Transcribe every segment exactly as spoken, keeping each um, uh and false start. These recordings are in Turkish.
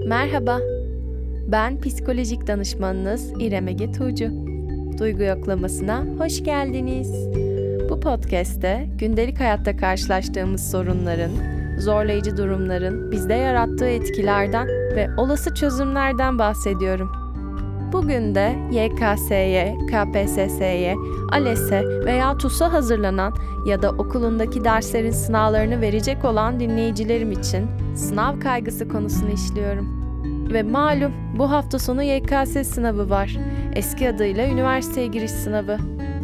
Merhaba, ben psikolojik danışmanınız İrem Ege Tuğcu. Duygu yoklamasına hoş geldiniz. Bu podcast'te gündelik hayatta karşılaştığımız sorunların, zorlayıcı durumların bizde yarattığı etkilerden ve olası çözümlerden bahsediyorum. Bugün de Y K S'ye, K P S S'ye, ALES'e veya TUS'a hazırlanan ya da okulundaki derslerin sınavlarını verecek olan dinleyicilerim için sınav kaygısı konusunu işliyorum. Ve malum bu hafta sonu Y K S sınavı var. Eski adıyla üniversiteye giriş sınavı.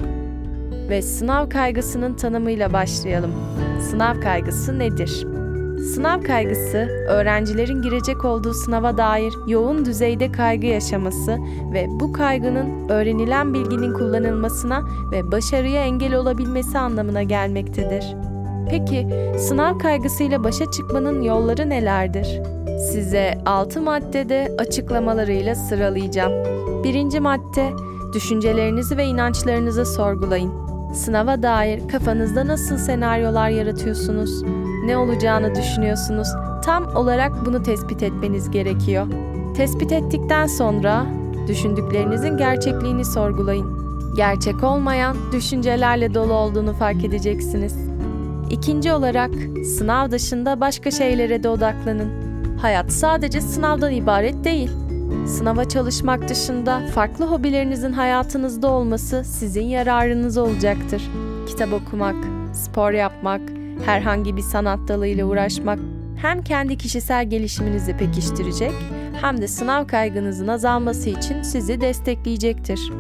Ve sınav kaygısının tanımıyla başlayalım. Sınav kaygısı nedir? Sınav kaygısı, öğrencilerin girecek olduğu sınava dair yoğun düzeyde kaygı yaşaması ve bu kaygının öğrenilen bilginin kullanılmasına ve başarıya engel olabilmesi anlamına gelmektedir. Peki, sınav kaygısıyla başa çıkmanın yolları nelerdir? Size altı maddede açıklamalarıyla sıralayacağım. Birinci madde, düşüncelerinizi ve inançlarınızı sorgulayın. Sınava dair kafanızda nasıl senaryolar yaratıyorsunuz? Ne olacağını düşünüyorsunuz? Tam olarak bunu tespit etmeniz gerekiyor. Tespit ettikten sonra düşündüklerinizin gerçekliğini sorgulayın. Gerçek olmayan düşüncelerle dolu olduğunu fark edeceksiniz. İkinci olarak sınav dışında başka şeylere de odaklanın. Hayat sadece sınavdan ibaret değil. Sınava çalışmak dışında farklı hobilerinizin hayatınızda olması sizin yararınız olacaktır. Kitap okumak, spor yapmak, herhangi bir sanat dalıyla uğraşmak hem kendi kişisel gelişiminizi pekiştirecek hem de sınav kaygınızın azalması için sizi destekleyecektir.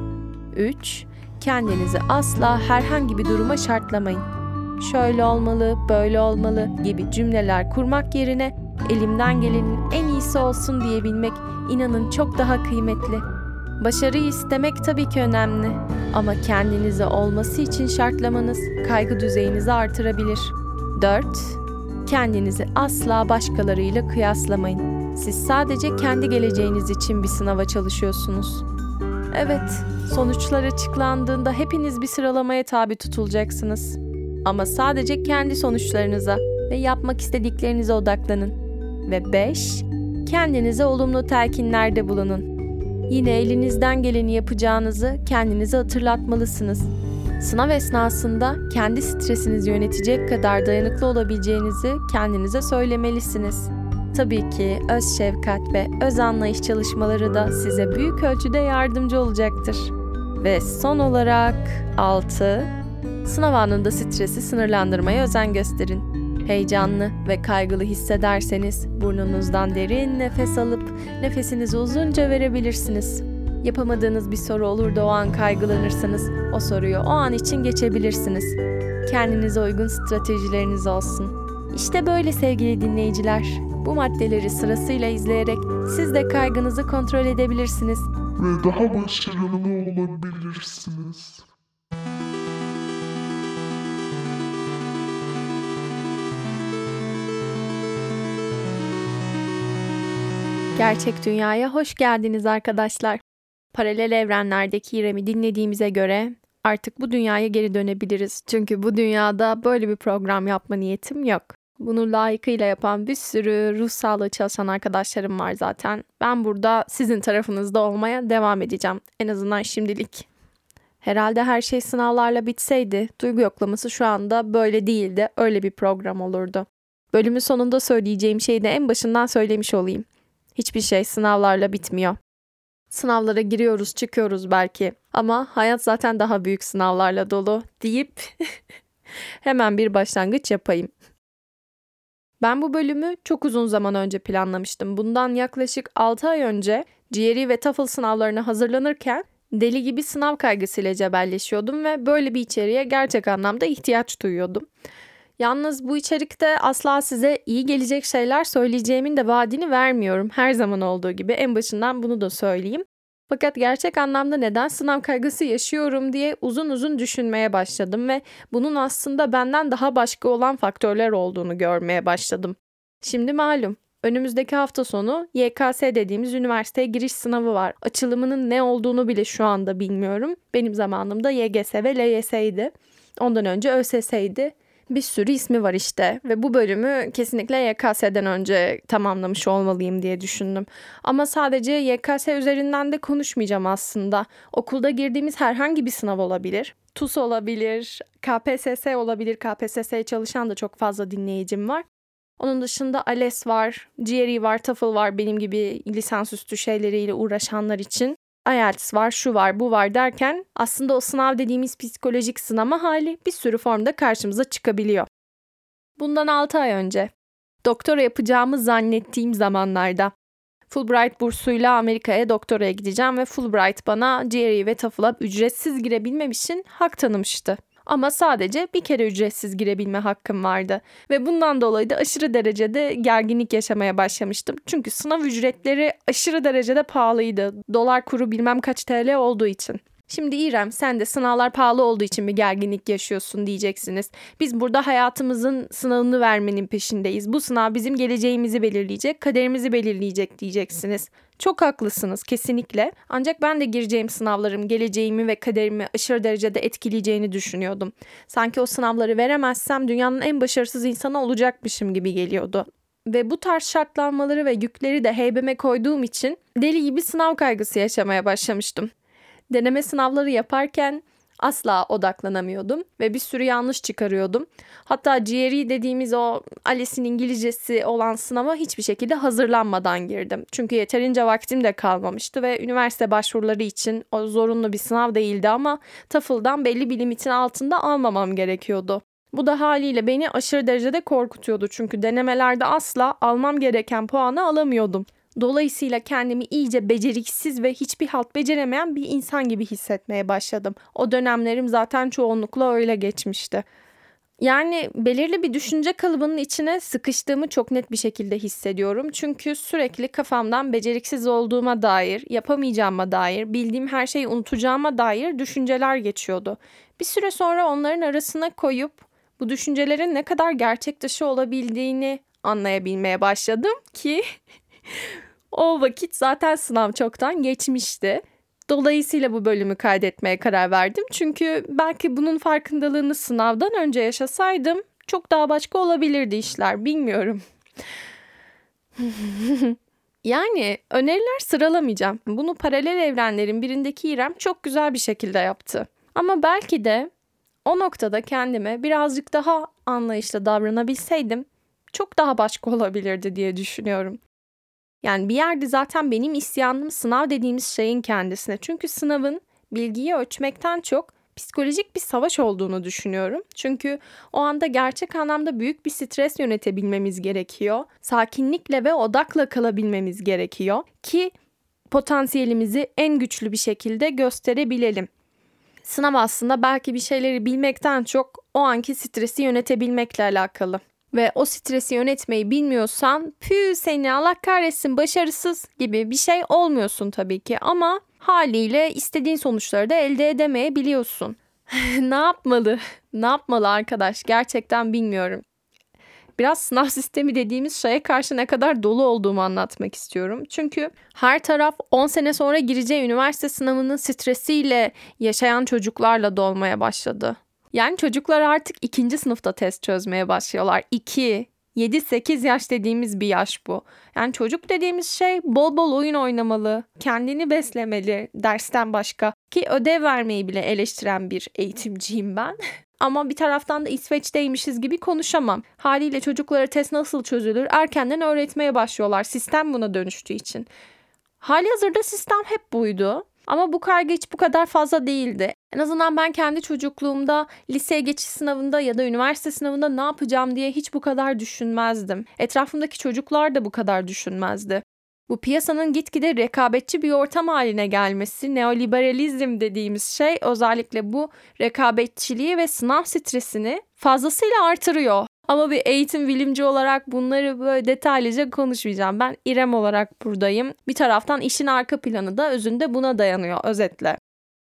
üç. Kendinizi asla herhangi bir duruma şartlamayın. Şöyle olmalı, böyle olmalı gibi cümleler kurmak yerine elimden gelenin en iyisi olsun diyebilmek inanın çok daha kıymetli. Başarıyı istemek tabii ki önemli ama kendinize olması için şartlamanız kaygı düzeyinizi artırabilir. dört. Kendinizi asla başkalarıyla kıyaslamayın. Siz sadece kendi geleceğiniz için bir sınava çalışıyorsunuz. Evet, sonuçlar açıklandığında hepiniz bir sıralamaya tabi tutulacaksınız. Ama sadece kendi sonuçlarınıza ve yapmak istediklerinize odaklanın. Ve beş. Kendinize olumlu telkinlerde bulunun. Yine elinizden geleni yapacağınızı kendinize hatırlatmalısınız. Sınav esnasında kendi stresinizi yönetecek kadar dayanıklı olabileceğinizi kendinize söylemelisiniz. Tabii ki öz şefkat ve öz anlayış çalışmaları da size büyük ölçüde yardımcı olacaktır. Ve son olarak altı. Sınav anında stresi sınırlandırmaya özen gösterin. Heyecanlı ve kaygılı hissederseniz burnunuzdan derin nefes alıp nefesinizi uzunca verebilirsiniz. Yapamadığınız bir soru olur da o an kaygılanırsanız o soruyu o an için geçebilirsiniz. Kendinize uygun stratejileriniz olsun. İşte böyle sevgili dinleyiciler. Bu maddeleri sırasıyla izleyerek siz de kaygınızı kontrol edebilirsiniz. Ve daha başarılı olabilirsiniz. Gerçek dünyaya hoş geldiniz arkadaşlar. Paralel evrenlerdeki İrem'i dinlediğimize göre artık bu dünyaya geri dönebiliriz. Çünkü bu dünyada böyle bir program yapma niyetim yok. Bunu layıkıyla yapan bir sürü ruh sağlığı çalışan arkadaşlarım var zaten. Ben burada sizin tarafınızda olmaya devam edeceğim. En azından şimdilik. Herhalde her şey sınavlarla bitseydi, duygu yoklaması şu anda böyle değildi. Öyle bir program olurdu. Bölümün sonunda söyleyeceğim şeyi de en başından söylemiş olayım. Hiçbir şey sınavlarla bitmiyor. Sınavlara giriyoruz, çıkıyoruz belki ama hayat zaten daha büyük sınavlarla dolu deyip hemen bir başlangıç yapayım. Ben bu bölümü çok uzun zaman önce planlamıştım. Bundan yaklaşık altı ay önce G R E ve TOEFL sınavlarına hazırlanırken deli gibi sınav kaygısıyla cebelleşiyordum ve böyle bir içeriğe gerçek anlamda ihtiyaç duyuyordum. Yalnız bu içerikte asla size iyi gelecek şeyler söyleyeceğimin de vaadini vermiyorum. Her zaman olduğu gibi en başından bunu da söyleyeyim. Fakat gerçek anlamda neden sınav kaygısı yaşıyorum diye uzun uzun düşünmeye başladım ve bunun aslında benden daha başka olan faktörler olduğunu görmeye başladım. Şimdi malum, önümüzdeki hafta sonu Y K S dediğimiz üniversiteye giriş sınavı var. Açılımının ne olduğunu bile şu anda bilmiyorum. Benim zamanımda Y G S ve L Y S'ydi. Ondan önce Ö S S'ydi. Bir sürü ismi var işte ve bu bölümü kesinlikle Y K S'den önce tamamlamış olmalıyım diye düşündüm. Ama sadece Y K S üzerinden de konuşmayacağım aslında. Okulda girdiğimiz herhangi bir sınav olabilir. TUS olabilir, K P S S olabilir. K P S S'ye çalışan da çok fazla dinleyicim var. Onun dışında ALES var, G R E var, TOEFL var benim gibi lisansüstü şeyleriyle uğraşanlar için. I E L T S var, şu var, bu var derken aslında o sınav dediğimiz psikolojik sınama hali bir sürü formda karşımıza çıkabiliyor. Bundan altı ay önce, doktora yapacağımı zannettiğim zamanlarda Fulbright bursuyla Amerika'ya doktoraya gideceğim ve Fulbright bana G R E ve TOEFL'a ücretsiz girebilmem için hak tanımıştı. Ama sadece bir kere ücretsiz girebilme hakkım vardı. Ve bundan dolayı da aşırı derecede gerginlik yaşamaya başlamıştım. Çünkü sınav ücretleri aşırı derecede pahalıydı. Dolar kuru bilmem kaç T L olduğu için. Şimdi İrem, sen de sınavlar pahalı olduğu için mi gerginlik yaşıyorsun diyeceksiniz. Biz burada hayatımızın sınavını vermenin peşindeyiz. Bu sınav bizim geleceğimizi belirleyecek, kaderimizi belirleyecek diyeceksiniz. Çok haklısınız kesinlikle. Ancak ben de gireceğim sınavlarım geleceğimi ve kaderimi aşırı derecede etkileyeceğini düşünüyordum. Sanki o sınavları veremezsem dünyanın en başarısız insanı olacakmışım gibi geliyordu. Ve bu tarz şartlanmaları ve yükleri de heybeme koyduğum için deli gibi sınav kaygısı yaşamaya başlamıştım. Deneme sınavları yaparken asla odaklanamıyordum ve bir sürü yanlış çıkarıyordum. Hatta G R E dediğimiz o ALES'in İngilizcesi olan sınava hiçbir şekilde hazırlanmadan girdim. Çünkü yeterince vaktim de kalmamıştı ve üniversite başvuruları için o zorunlu bir sınav değildi ama TOEFL'dan belli bir limitin altında almamam gerekiyordu. Bu da haliyle beni aşırı derecede korkutuyordu çünkü denemelerde asla almam gereken puanı alamıyordum. Dolayısıyla kendimi iyice beceriksiz ve hiçbir halt beceremeyen bir insan gibi hissetmeye başladım. O dönemlerim zaten çoğunlukla öyle geçmişti. Yani belirli bir düşünce kalıbının içine sıkıştığımı çok net bir şekilde hissediyorum. Çünkü sürekli kafamdan beceriksiz olduğuma dair, yapamayacağıma dair, bildiğim her şeyi unutacağıma dair düşünceler geçiyordu. Bir süre sonra onların arasına koyup bu düşüncelerin ne kadar gerçek dışı olabildiğini anlayabilmeye başladım ki o vakit zaten sınav çoktan geçmişti. Dolayısıyla bu bölümü kaydetmeye karar verdim. Çünkü belki bunun farkındalığını sınavdan önce yaşasaydım çok daha başka olabilirdi işler, bilmiyorum. Yani öneriler sıralamayacağım. Bunu paralel evrenlerin birindeki İrem çok güzel bir şekilde yaptı. Ama belki de o noktada kendime birazcık daha anlayışlı davranabilseydim çok daha başka olabilirdi diye düşünüyorum. Yani bir yerde zaten benim isyanım sınav dediğimiz şeyin kendisine. Çünkü sınavın bilgiyi ölçmekten çok psikolojik bir savaş olduğunu düşünüyorum. Çünkü o anda gerçek anlamda büyük bir stres yönetebilmemiz gerekiyor. Sakinlikle ve odakla kalabilmemiz gerekiyor ki potansiyelimizi en güçlü bir şekilde gösterebilelim. Sınav aslında belki bir şeyleri bilmekten çok o anki stresi yönetebilmekle alakalı. Ve o stresi yönetmeyi bilmiyorsan pü seni Allah kahretsin başarısız gibi bir şey olmuyorsun tabii ki. Ama haliyle istediğin sonuçları da elde edemeyebiliyorsun. Ne yapmalı? Ne yapmalı arkadaş? Gerçekten bilmiyorum. Biraz sınav sistemi dediğimiz şeye karşı ne kadar dolu olduğumu anlatmak istiyorum. Çünkü her taraf on sene sonra gireceği üniversite sınavının stresiyle yaşayan çocuklarla dolmaya başladı. Yani çocuklar artık ikinci sınıfta test çözmeye başlıyorlar. iki, yedi sekiz yaş dediğimiz bir yaş bu. Yani çocuk dediğimiz şey bol bol oyun oynamalı, kendini beslemeli dersten başka. Ki ödev vermeyi bile eleştiren bir eğitimciyim ben. Ama bir taraftan da İsveç'teymişiz gibi konuşamam. Haliyle çocuklara test nasıl çözülür erkenden öğretmeye başlıyorlar. Sistem buna dönüştüğü için. Halihazırda sistem hep buydu. Ama bu kaygı hiç bu kadar fazla değildi. En azından ben kendi çocukluğumda liseye geçiş sınavında ya da üniversite sınavında ne yapacağım diye hiç bu kadar düşünmezdim. Etrafımdaki çocuklar da bu kadar düşünmezdi. Bu piyasanın gitgide rekabetçi bir ortam haline gelmesi, neoliberalizm dediğimiz şey özellikle bu rekabetçiliği ve sınav stresini fazlasıyla artırıyor. Ama bir eğitim bilimci olarak bunları böyle detaylıca konuşmayacağım. Ben İrem olarak buradayım. Bir taraftan işin arka planı da özünde buna dayanıyor özetle.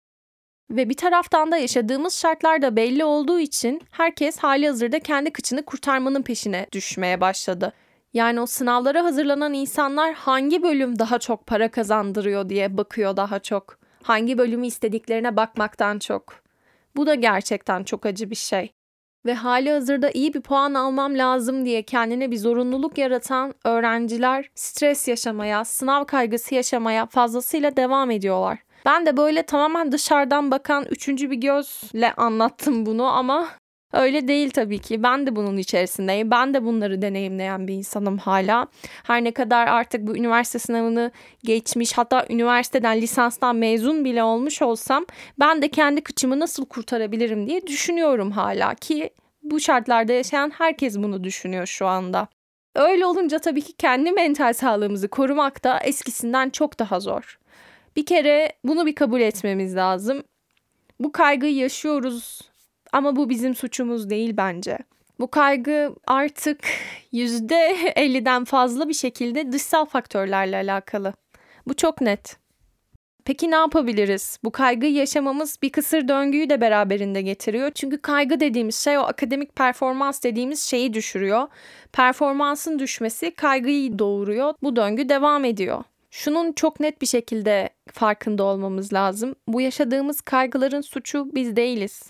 Ve bir taraftan da yaşadığımız şartlar da belli olduğu için herkes halihazırda kendi kıçını kurtarmanın peşine düşmeye başladı. Yani o sınavlara hazırlanan insanlar hangi bölüm daha çok para kazandırıyor diye bakıyor daha çok. Hangi bölümü istediklerine bakmaktan çok. Bu da gerçekten çok acı bir şey. ve hali hazırda iyi bir puan almam lazım diye kendine bir zorunluluk yaratan öğrenciler stres yaşamaya, sınav kaygısı yaşamaya fazlasıyla devam ediyorlar. Ben de böyle tamamen dışarıdan bakan üçüncü bir gözle anlattım bunu ama öyle değil tabii ki. Ben de bunun içerisindeyim. Ben de bunları deneyimleyen bir insanım hala. Her ne kadar artık bu üniversite sınavını geçmiş, hatta üniversiteden, lisanstan mezun bile olmuş olsam ben de kendi kıçımı nasıl kurtarabilirim diye düşünüyorum hala ki bu şartlarda yaşayan herkes bunu düşünüyor şu anda. Öyle olunca tabii ki kendi mental sağlığımızı korumak da eskisinden çok daha zor. Bir kere bunu bir kabul etmemiz lazım. Bu kaygıyı yaşıyoruz ama bu bizim suçumuz değil bence. Bu kaygı artık yüzde elliden fazla bir şekilde dışsal faktörlerle alakalı. Bu çok net. Peki ne yapabiliriz? Bu kaygıyı yaşamamız bir kısır döngüyü de beraberinde getiriyor. Çünkü kaygı dediğimiz şey o akademik performans dediğimiz şeyi düşürüyor. Performansın düşmesi kaygıyı doğuruyor. Bu döngü devam ediyor. Şunun çok net bir şekilde farkında olmamız lazım. Bu yaşadığımız kaygıların suçu biz değiliz.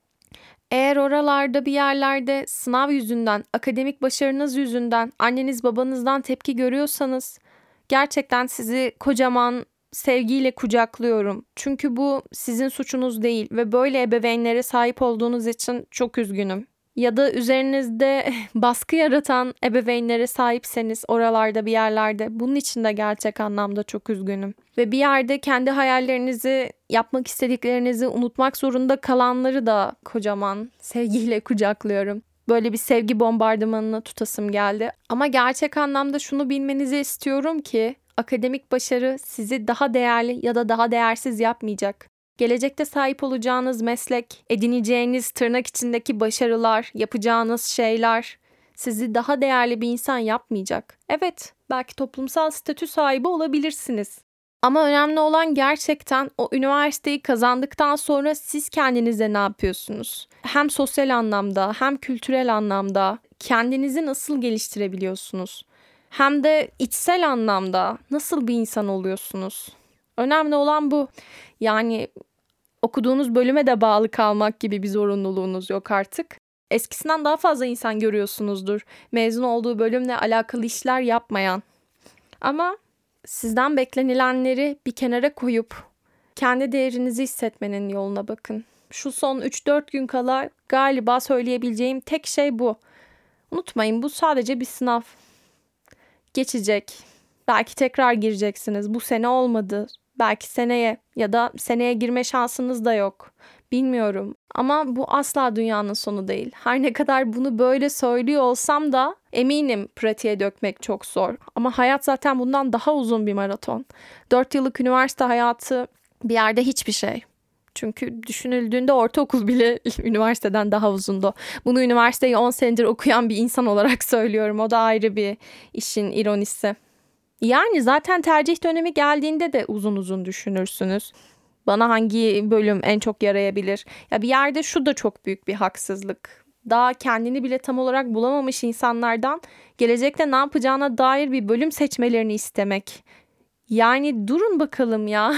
Eğer oralarda bir yerlerde sınav yüzünden, akademik başarınız yüzünden, anneniz babanızdan tepki görüyorsanız gerçekten sizi kocaman sevgiyle kucaklıyorum. Çünkü bu sizin suçunuz değil ve böyle ebeveynlere sahip olduğunuz için çok üzgünüm. Ya da üzerinizde baskı yaratan ebeveynlere sahipseniz oralarda bir yerlerde bunun için de gerçek anlamda çok üzgünüm. Ve bir yerde kendi hayallerinizi, yapmak istediklerinizi unutmak zorunda kalanları da kocaman sevgiyle kucaklıyorum. Böyle bir sevgi bombardımanına tutasım geldi. Ama gerçek anlamda şunu bilmenizi istiyorum ki akademik başarı sizi daha değerli ya da daha değersiz yapmayacak. Gelecekte sahip olacağınız meslek, edineceğiniz tırnak içindeki başarılar, yapacağınız şeyler sizi daha değerli bir insan yapmayacak. Evet, belki toplumsal statü sahibi olabilirsiniz. Ama önemli olan gerçekten o üniversiteyi kazandıktan sonra siz kendinize ne yapıyorsunuz? Hem sosyal anlamda hem kültürel anlamda kendinizi nasıl geliştirebiliyorsunuz? Hem de içsel anlamda nasıl bir insan oluyorsunuz? Önemli olan bu. Yani okuduğunuz bölüme de bağlı kalmak gibi bir zorunluluğunuz yok artık. Eskisinden daha fazla insan görüyorsunuzdur. Mezun olduğu bölümle alakalı işler yapmayan. Ama sizden beklenilenleri bir kenara koyup kendi değerinizi hissetmenin yoluna bakın. Şu son üç dört gün kala galiba söyleyebileceğim tek şey bu. Unutmayın, bu sadece bir sınav. Geçecek. Belki tekrar gireceksiniz. Bu sene olmadı. Belki seneye ya da seneye girme şansınız da yok. Bilmiyorum. Ama bu asla dünyanın sonu değil. Her ne kadar bunu böyle söylüyor olsam da eminim pratiğe dökmek çok zor. Ama hayat zaten bundan daha uzun bir maraton. dört yıllık üniversite hayatı bir yerde hiçbir şey. Çünkü düşünüldüğünde ortaokul bile üniversiteden daha uzundu. Bunu üniversiteyi on senedir okuyan bir insan olarak söylüyorum. O da ayrı bir işin ironisi. Yani zaten tercih dönemi geldiğinde de uzun uzun düşünürsünüz. Bana hangi bölüm en çok yarayabilir? Ya bir yerde şu da çok büyük bir haksızlık. Daha kendini bile tam olarak bulamamış insanlardan gelecekte ne yapacağına dair bir bölüm seçmelerini istemek. Yani durun bakalım ya.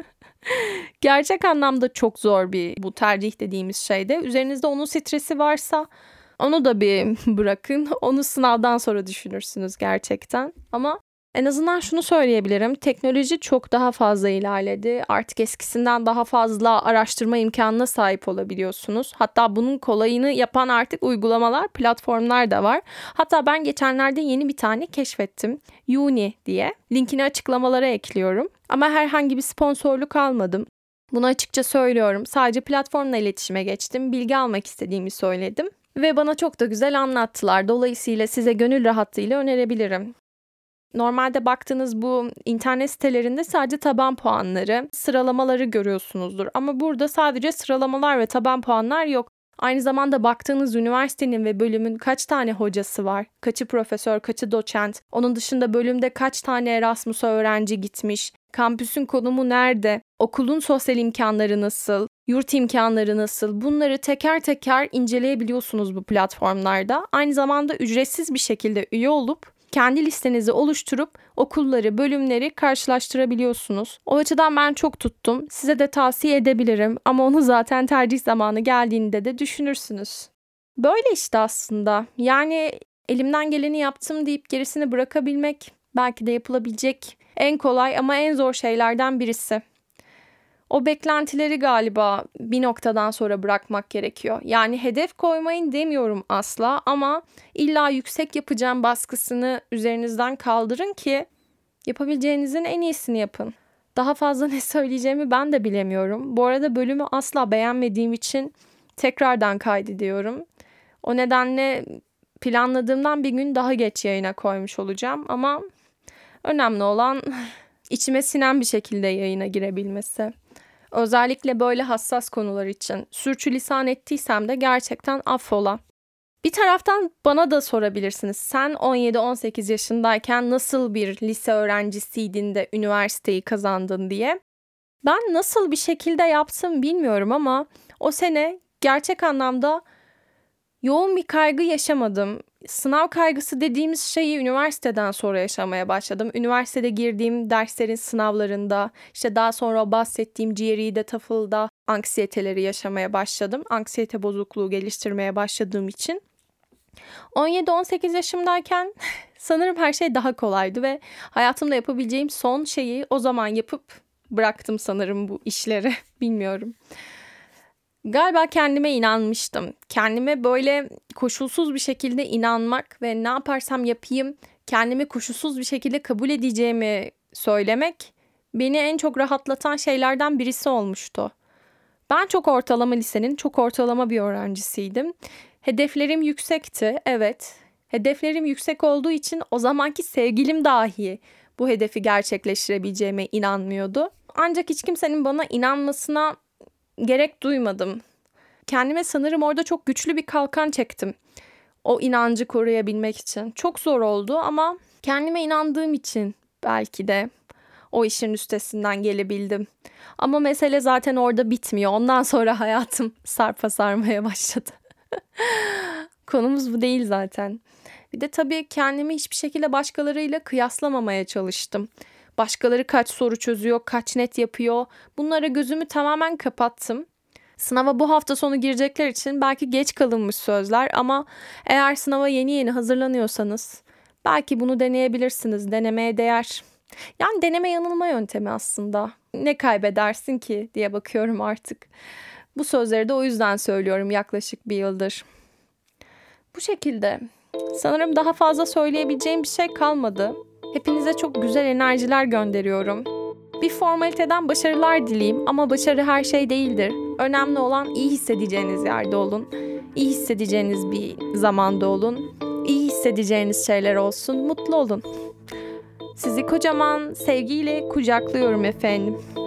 Gerçek anlamda çok zor bir bu tercih dediğimiz şeyde. Üzerinizde onun stresi varsa onu da bir bırakın. Onu sınavdan sonra düşünürsünüz gerçekten. Ama en azından şunu söyleyebilirim. Teknoloji çok daha fazla ilerledi. Artık eskisinden daha fazla araştırma imkanına sahip olabiliyorsunuz. Hatta bunun kolayını yapan artık uygulamalar, platformlar da var. Hatta ben geçenlerde yeni bir tane keşfettim. Uni diye. Linkini açıklamalara ekliyorum. Ama herhangi bir sponsorluk almadım. Bunu açıkça söylüyorum. Sadece platformla iletişime geçtim. Bilgi almak istediğimi söyledim. Ve bana çok da güzel anlattılar. Dolayısıyla size gönül rahatlığıyla önerebilirim. Normalde baktığınız bu internet sitelerinde sadece taban puanları, sıralamaları görüyorsunuzdur. Ama burada sadece sıralamalar ve taban puanlar yok. Aynı zamanda baktığınız üniversitenin ve bölümün kaç tane hocası var, kaçı profesör, kaçı doçent, onun dışında bölümde kaç tane Erasmus'a öğrenci gitmiş, kampüsün konumu nerede, okulun sosyal imkanları nasıl, yurt imkanları nasıl, bunları teker teker inceleyebiliyorsunuz bu platformlarda. Aynı zamanda ücretsiz bir şekilde üye olup kendi listenizi oluşturup okulları, bölümleri karşılaştırabiliyorsunuz. O açıdan ben çok tuttum. Size de tavsiye edebilirim ama onu zaten tercih zamanı geldiğinde de düşünürsünüz. Böyle işte aslında. Yani elimden geleni yaptım deyip gerisini bırakabilmek belki de yapılabilecek en kolay ama en zor şeylerden birisi. O beklentileri galiba bir noktadan sonra bırakmak gerekiyor. Yani hedef koymayın demiyorum asla ama illa yüksek yapacağım baskısını üzerinizden kaldırın ki yapabileceğinizin en iyisini yapın. Daha fazla ne söyleyeceğimi ben de bilemiyorum. Bu arada bölümü asla beğenmediğim için tekrardan kaydediyorum. O nedenle planladığımdan bir gün daha geç yayına koymuş olacağım ama önemli olan içime sinen bir şekilde yayına girebilmesi. Özellikle böyle hassas konular için sürçülisan ettiysem de gerçekten affola. Bir taraftan bana da sorabilirsiniz. Sen on yedi on sekiz yaşındayken nasıl bir lise öğrencisiydin de üniversiteyi kazandın diye. Ben nasıl bir şekilde yaptım bilmiyorum ama o sene gerçek anlamda yoğun bir kaygı yaşamadım. Sınav kaygısı dediğimiz şeyi üniversiteden sonra yaşamaya başladım. Üniversitede girdiğim derslerin sınavlarında, işte daha sonra bahsettiğim G R E'de, TOEFL'da anksiyeteleri yaşamaya başladım. Anksiyete bozukluğu geliştirmeye başladığım için. on yedi on sekiz yaşımdayken sanırım her şey daha kolaydı ve hayatımda yapabileceğim son şeyi o zaman yapıp bıraktım sanırım bu işleri. Bilmiyorum. Galiba kendime inanmıştım. Kendime böyle koşulsuz bir şekilde inanmak ve ne yaparsam yapayım kendimi koşulsuz bir şekilde kabul edeceğimi söylemek beni en çok rahatlatan şeylerden birisi olmuştu. Ben çok ortalama lisenin çok ortalama bir öğrencisiydim. Hedeflerim yüksekti, evet. Hedeflerim yüksek olduğu için o zamanki sevgilim dahi bu hedefi gerçekleştirebileceğime inanmıyordu. Ancak hiç kimsenin bana inanmasına gerek duymadım. Kendime sanırım orada çok güçlü bir kalkan çektim. O inancı koruyabilmek için. Çok zor oldu ama kendime inandığım için belki de o işin üstesinden gelebildim. Ama mesele zaten orada bitmiyor. Ondan sonra hayatım sarpa sarmaya başladı. Konumuz bu değil zaten. Bir de tabii kendimi hiçbir şekilde başkalarıyla kıyaslamamaya çalıştım. Başkaları kaç soru çözüyor, kaç net yapıyor. Bunlara gözümü tamamen kapattım. Sınava bu hafta sonu girecekler için belki geç kalınmış sözler ama eğer sınava yeni yeni hazırlanıyorsanız belki bunu deneyebilirsiniz. Denemeye değer. Yani deneme yanılma yöntemi aslında. Ne kaybedersin ki diye bakıyorum artık. Bu sözleri de o yüzden söylüyorum yaklaşık bir yıldır. Bu şekilde. Sanırım daha fazla söyleyebileceğim bir şey kalmadı. Hepinize çok güzel enerjiler gönderiyorum. Bir formaliteden başarılar dileyim ama başarı her şey değildir. Önemli olan iyi hissedeceğiniz yerde olun. İyi hissedeceğiniz bir zamanda olun. İyi hissedeceğiniz şeyler olsun. Mutlu olun. Sizi kocaman sevgiyle kucaklıyorum efendim.